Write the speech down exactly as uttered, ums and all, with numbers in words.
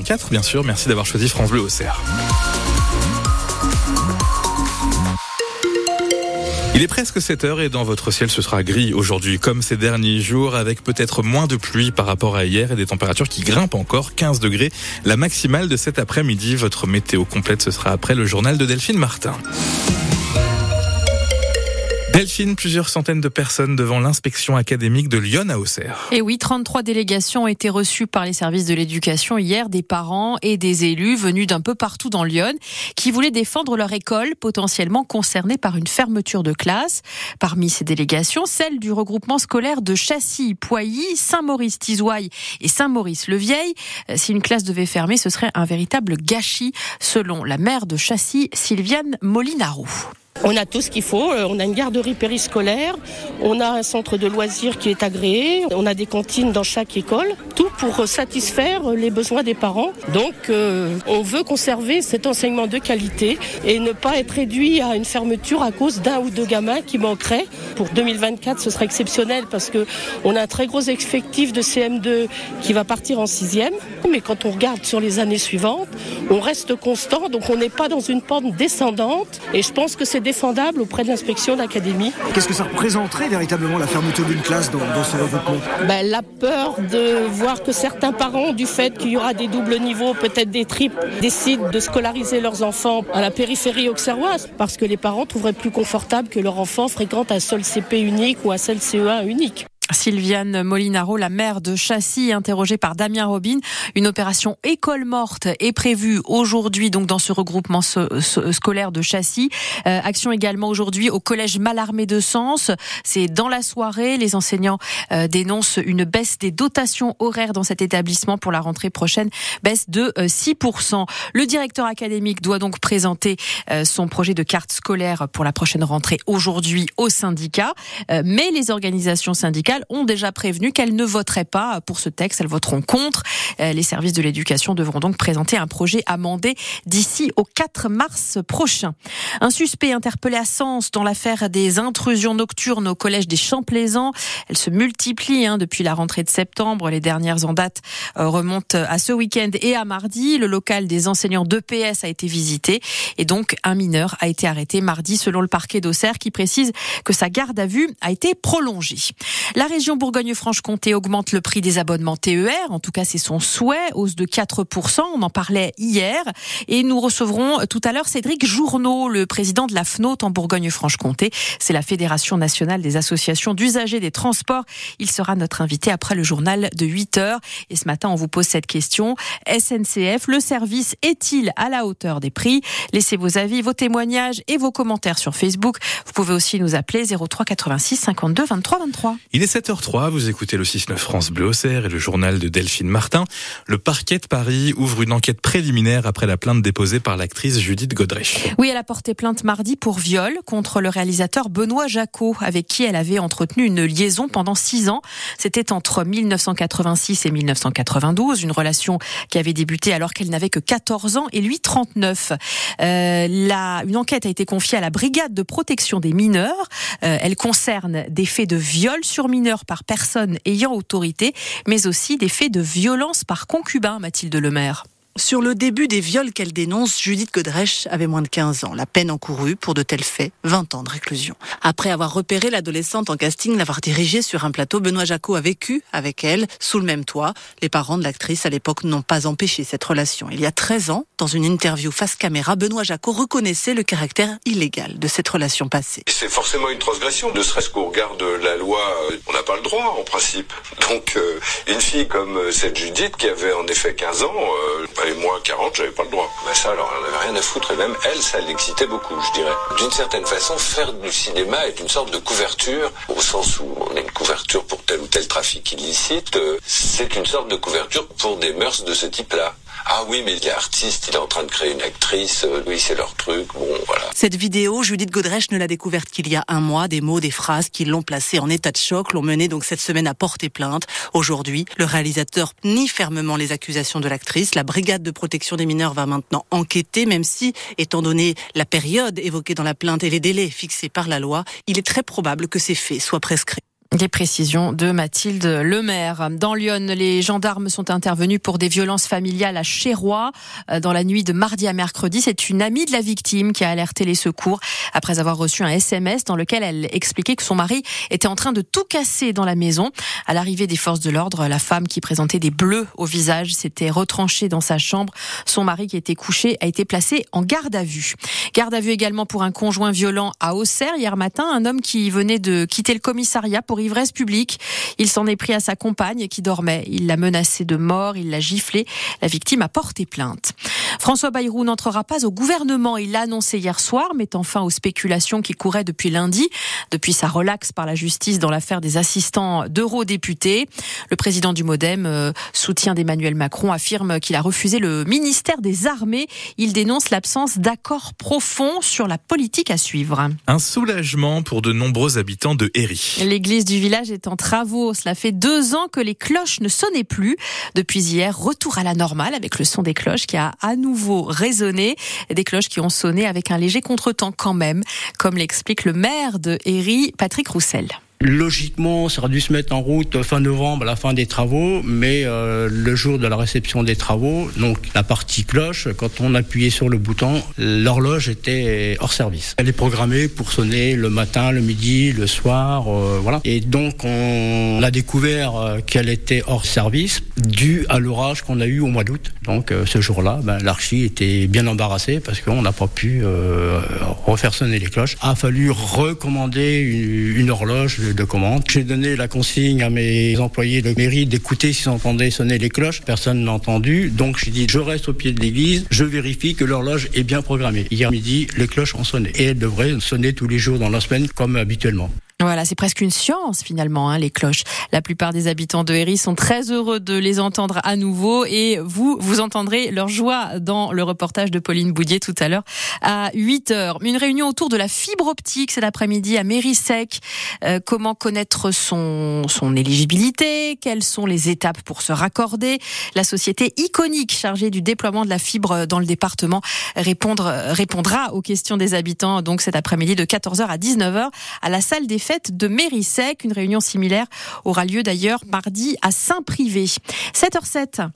vingt-quatre, bien sûr. Merci d'avoir choisi France Bleu Auxerre. Il est presque sept heures et dans votre ciel ce sera gris aujourd'hui comme ces derniers jours avec peut-être moins de pluie par rapport à hier et des températures qui grimpent encore, quinze degrés. La maximale de cet après-midi, votre météo complète ce sera après le journal de Delphine Martin. Delphine, plusieurs centaines de personnes devant l'inspection académique de Lyon à Auxerre. Et oui, trente-trois délégations ont été reçues par les services de l'éducation hier, des parents et des élus venus d'un peu partout dans Lyon qui voulaient défendre leur école potentiellement concernée par une fermeture de classe. Parmi ces délégations, celle du regroupement scolaire de Chassis, Poilly, Saint-Maurice-Tizouaille et Saint-Maurice-le-Vieil. Si une classe devait fermer, ce serait un véritable gâchis, selon la maire de Chassis, Sylviane Molinaro. On a tout ce qu'il faut, on a une garderie périscolaire, on a un centre de loisirs qui est agréé, on a des cantines dans chaque école, tout pour satisfaire les besoins des parents. Donc euh, on veut conserver cet enseignement de qualité et ne pas être réduit à une fermeture à cause d'un ou deux gamins qui manqueraient. Pour deux mille vingt-quatre, ce sera exceptionnel parce qu'on a un très gros effectif de C M deux qui va partir en sixième. Mais quand on regarde sur les années suivantes, on reste constant, donc on n'est pas dans une pente descendante et je pense que c'est défendable auprès de l'inspection d'académie. Qu'est-ce que ça représenterait véritablement la fermeture d'une classe dans, dans ce regroupement ? Ben, la peur de voir que certains parents, du fait qu'il y aura des doubles niveaux, peut-être des triples, décident de scolariser leurs enfants à la périphérie auxerroise parce que les parents trouveraient plus confortable que leur enfant fréquente un seul C P unique ou un seul C E un unique. Sylviane Molinaro, la maire de Chassis, interrogée par Damien Robin. Une opération école morte est prévue aujourd'hui donc dans ce regroupement scolaire de Chassis. Euh, action également aujourd'hui au collège Mallarmé de Sens. C'est dans la soirée. Les enseignants euh, dénoncent une baisse des dotations horaires dans cet établissement pour la rentrée prochaine, baisse de euh, six pour cent. Le directeur académique doit donc présenter euh, son projet de carte scolaire pour la prochaine rentrée aujourd'hui au syndicat. Euh, mais les organisations syndicales ont déjà prévenu qu'elles ne voteraient pas pour ce texte, elles voteront contre. Les services de l'éducation devront donc présenter un projet amendé d'ici au quatre mars prochain. Un suspect interpellé à Sens dans l'affaire des intrusions nocturnes au collège des Champs-Plaisants. Elles se multiplient hein, depuis la rentrée de septembre. Les dernières en date euh, remontent à ce week-end et à mardi. Le local des enseignants d'E P S a été visité et donc un mineur a été arrêté mardi selon le parquet d'Auxerre qui précise que sa garde à vue a été prolongée. La région Bourgogne-Franche-Comté augmente le prix des abonnements T E R. En tout cas, c'est son souhait, hausse de quatre pour cent. On en parlait hier. Et nous recevrons tout à l'heure Cédric Journeau, le président de la F N O T en Bourgogne-Franche-Comté. C'est la Fédération nationale des associations d'usagers des transports. Il sera notre invité après le journal de huit heures. Et ce matin, on vous pose cette question. S N C F, le service est-il à la hauteur des prix ? Laissez vos avis, vos témoignages et vos commentaires sur Facebook. Vous pouvez aussi nous appeler zéro trois quatre-vingt-six cinquante-deux vingt-trois vingt-trois. Il est sept heures trois, vous écoutez le six neuf France Bleu Auxerre et le journal de Delphine Martin. Le parquet de Paris ouvre une enquête préliminaire après la plainte déposée par l'actrice Judith Godrèche. Oui, elle a porté plainte mardi pour viol contre le réalisateur Benoît Jacot, avec qui elle avait entretenu une liaison pendant six ans. C'était entre mille neuf cent quatre-vingt-six et mille neuf cent quatre-vingt-douze, une relation qui avait débuté alors qu'elle n'avait que quatorze ans et lui trente-neuf. Euh, la, une enquête a été confiée à la brigade de protection des mineurs. Euh, elle concerne des faits de viol sur mineurs par personne ayant autorité, mais aussi des faits de violence par concubin, Mathilde Lemaire. Sur le début des viols qu'elle dénonce, Judith Godrèche avait moins de quinze ans. La peine encourue pour de tels faits, vingt ans de réclusion. Après avoir repéré l'adolescente en casting, l'avoir dirigée sur un plateau, Benoît Jacot a vécu avec elle, sous le même toit. Les parents de l'actrice, à l'époque, n'ont pas empêché cette relation. Il y a treize ans, dans une interview face caméra, Benoît Jacot reconnaissait le caractère illégal de cette relation passée. C'est forcément une transgression, ne serait-ce qu'au regard de la loi, on n'a pas le droit en principe. Donc euh, une fille comme cette Judith, qui avait en effet quinze ans, euh, et moi quarante, j'avais pas le droit. Ben ça, alors, elle n'avait rien à foutre, et même elle, ça l'excitait beaucoup, je dirais. D'une certaine façon, faire du cinéma est une sorte de couverture, au sens où on a une couverture pour tel ou tel trafic illicite, euh, c'est une sorte de couverture pour des mœurs de ce type-là. Ah oui, mais il est artiste, il est en train de créer une actrice, euh, oui, c'est leur truc, bon, voilà. Cette vidéo, Judith Godrèche ne l'a découverte qu'il y a un mois. Des mots, des phrases qui l'ont placée en état de choc, l'ont menée donc cette semaine à porter plainte. Aujourd'hui, le réalisateur nie fermement les accusations de l'actrice. La brigade de protection des mineurs va maintenant enquêter, même si, étant donné la période évoquée dans la plainte et les délais fixés par la loi, il est très probable que ces faits soient prescrits. Des précisions de Mathilde Lemaire. Dans Lyon, les gendarmes sont intervenus pour des violences familiales à Chérois. Dans la nuit de mardi à mercredi, c'est une amie de la victime qui a alerté les secours après avoir reçu un S M S dans lequel elle expliquait que son mari était en train de tout casser dans la maison. À l'arrivée des forces de l'ordre, la femme qui présentait des bleus au visage s'était retranchée dans sa chambre. Son mari qui était couché a été placé en garde à vue. Garde à vue également pour un conjoint violent à Auxerre. Hier matin, un homme qui venait de quitter le commissariat pour ivresse publique. Il s'en est pris à sa compagne qui dormait. Il l'a menacée de mort, il l'a giflée. La victime a porté plainte. François Bayrou n'entrera pas au gouvernement. Il l'a annoncé hier soir, mettant fin aux spéculations qui couraient depuis lundi, depuis sa relaxe par la justice dans l'affaire des assistants d'eurodéputés. Le président du Modem, euh, soutien d'Emmanuel Macron, affirme qu'il a refusé le ministère des Armées. Il dénonce l'absence d'accord profond sur la politique à suivre. Un soulagement pour de nombreux habitants de Héry. L'église du village est en travaux. Cela fait deux ans que les cloches ne sonnaient plus. Depuis hier, retour à la normale avec le son des cloches qui a à nouveau résonné. Des cloches qui ont sonné avec un léger contretemps quand même, comme l'explique le maire de Héry, Patrick Roussel. Logiquement, ça aurait dû se mettre en route fin novembre, à la fin des travaux, mais euh, le jour de la réception des travaux, donc la partie cloche, quand on appuyait sur le bouton, l'horloge était hors service. Elle est programmée pour sonner le matin, le midi, le soir, euh, voilà. Et donc on a découvert qu'elle était hors service dû à l'orage qu'on a eu au mois d'août. Donc euh, ce jour-là, ben, l'archi était bien embarrassé parce qu'on n'a pas pu euh, refaire sonner les cloches. Il a fallu recommander une, une horloge de commande. J'ai donné la consigne à mes employés de mairie d'écouter s'ils entendaient sonner les cloches. Personne n'a entendu. Donc j'ai dit, je reste au pied de l'église, je vérifie que l'horloge est bien programmée. Hier midi, les cloches ont sonné. Et elles devraient sonner tous les jours dans la semaine comme habituellement. Voilà, c'est presque une science finalement, hein, les cloches. La plupart des habitants de Héry sont très heureux de les entendre à nouveau et vous, vous entendrez leur joie dans le reportage de Pauline Boudier tout à l'heure à huit heures. Une réunion autour de la fibre optique cet après-midi à Mérissec. Euh, comment connaître son, son éligibilité? Quelles sont les étapes pour se raccorder? La société Iconic, chargée du déploiement de la fibre dans le département, répondre, répondra aux questions des habitants donc cet après-midi de quatorze heures à dix-neuf heures à la salle des fête de Mérissec. Une réunion similaire aura lieu d'ailleurs mardi à Saint-Privé. sept heures zéro sept.